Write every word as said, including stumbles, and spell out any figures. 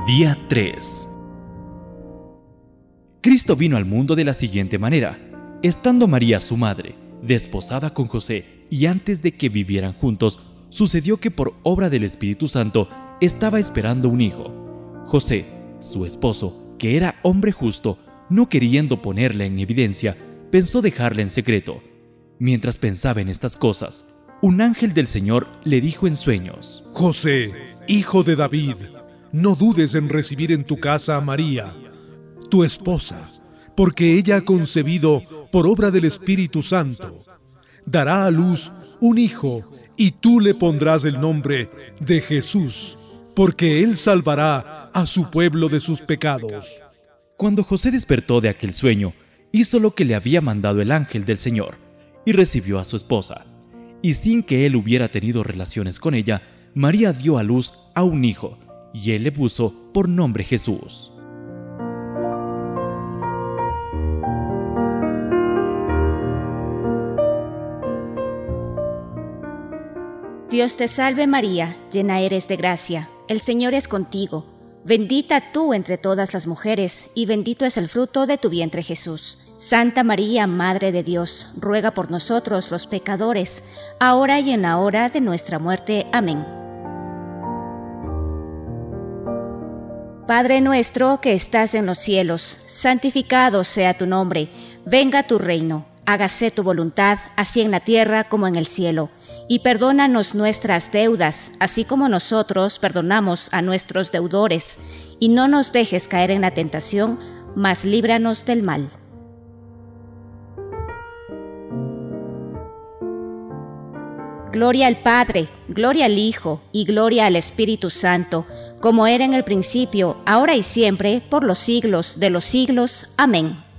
Día tres. Cristo vino al mundo de la siguiente manera. Estando María, su madre, desposada con José, y antes de que vivieran juntos, sucedió que por obra del Espíritu Santo estaba esperando un hijo. José, su esposo, que era hombre justo, no queriendo ponerla en evidencia, pensó dejarla en secreto. Mientras pensaba en estas cosas, un ángel del Señor le dijo en sueños: José, hijo de David, no dudes en recibir en tu casa a María, tu esposa, porque ella ha concebido por obra del Espíritu Santo. Dará a luz un hijo, y tú le pondrás el nombre de Jesús, porque él salvará a su pueblo de sus pecados. Cuando José despertó de aquel sueño, hizo lo que le había mandado el ángel del Señor, y recibió a su esposa. Y sin que él hubiera tenido relaciones con ella, María dio a luz a un hijo, y él le puso por nombre Jesús. Dios te salve María, llena eres de gracia, el Señor es contigo. Bendita tú entre todas las mujeres, y bendito es el fruto de tu vientre Jesús. Santa María, Madre de Dios, ruega por nosotros los pecadores, ahora y en la hora de nuestra muerte. Amén. Padre nuestro que estás en los cielos, santificado sea tu nombre, venga tu reino, hágase tu voluntad, así en la tierra como en el cielo. Y perdónanos nuestras deudas, así como nosotros perdonamos a nuestros deudores. Y no nos dejes caer en la tentación, mas líbranos del mal. Gloria al Padre, gloria al Hijo y gloria al Espíritu Santo, como era en el principio, ahora y siempre, por los siglos de los siglos. Amén.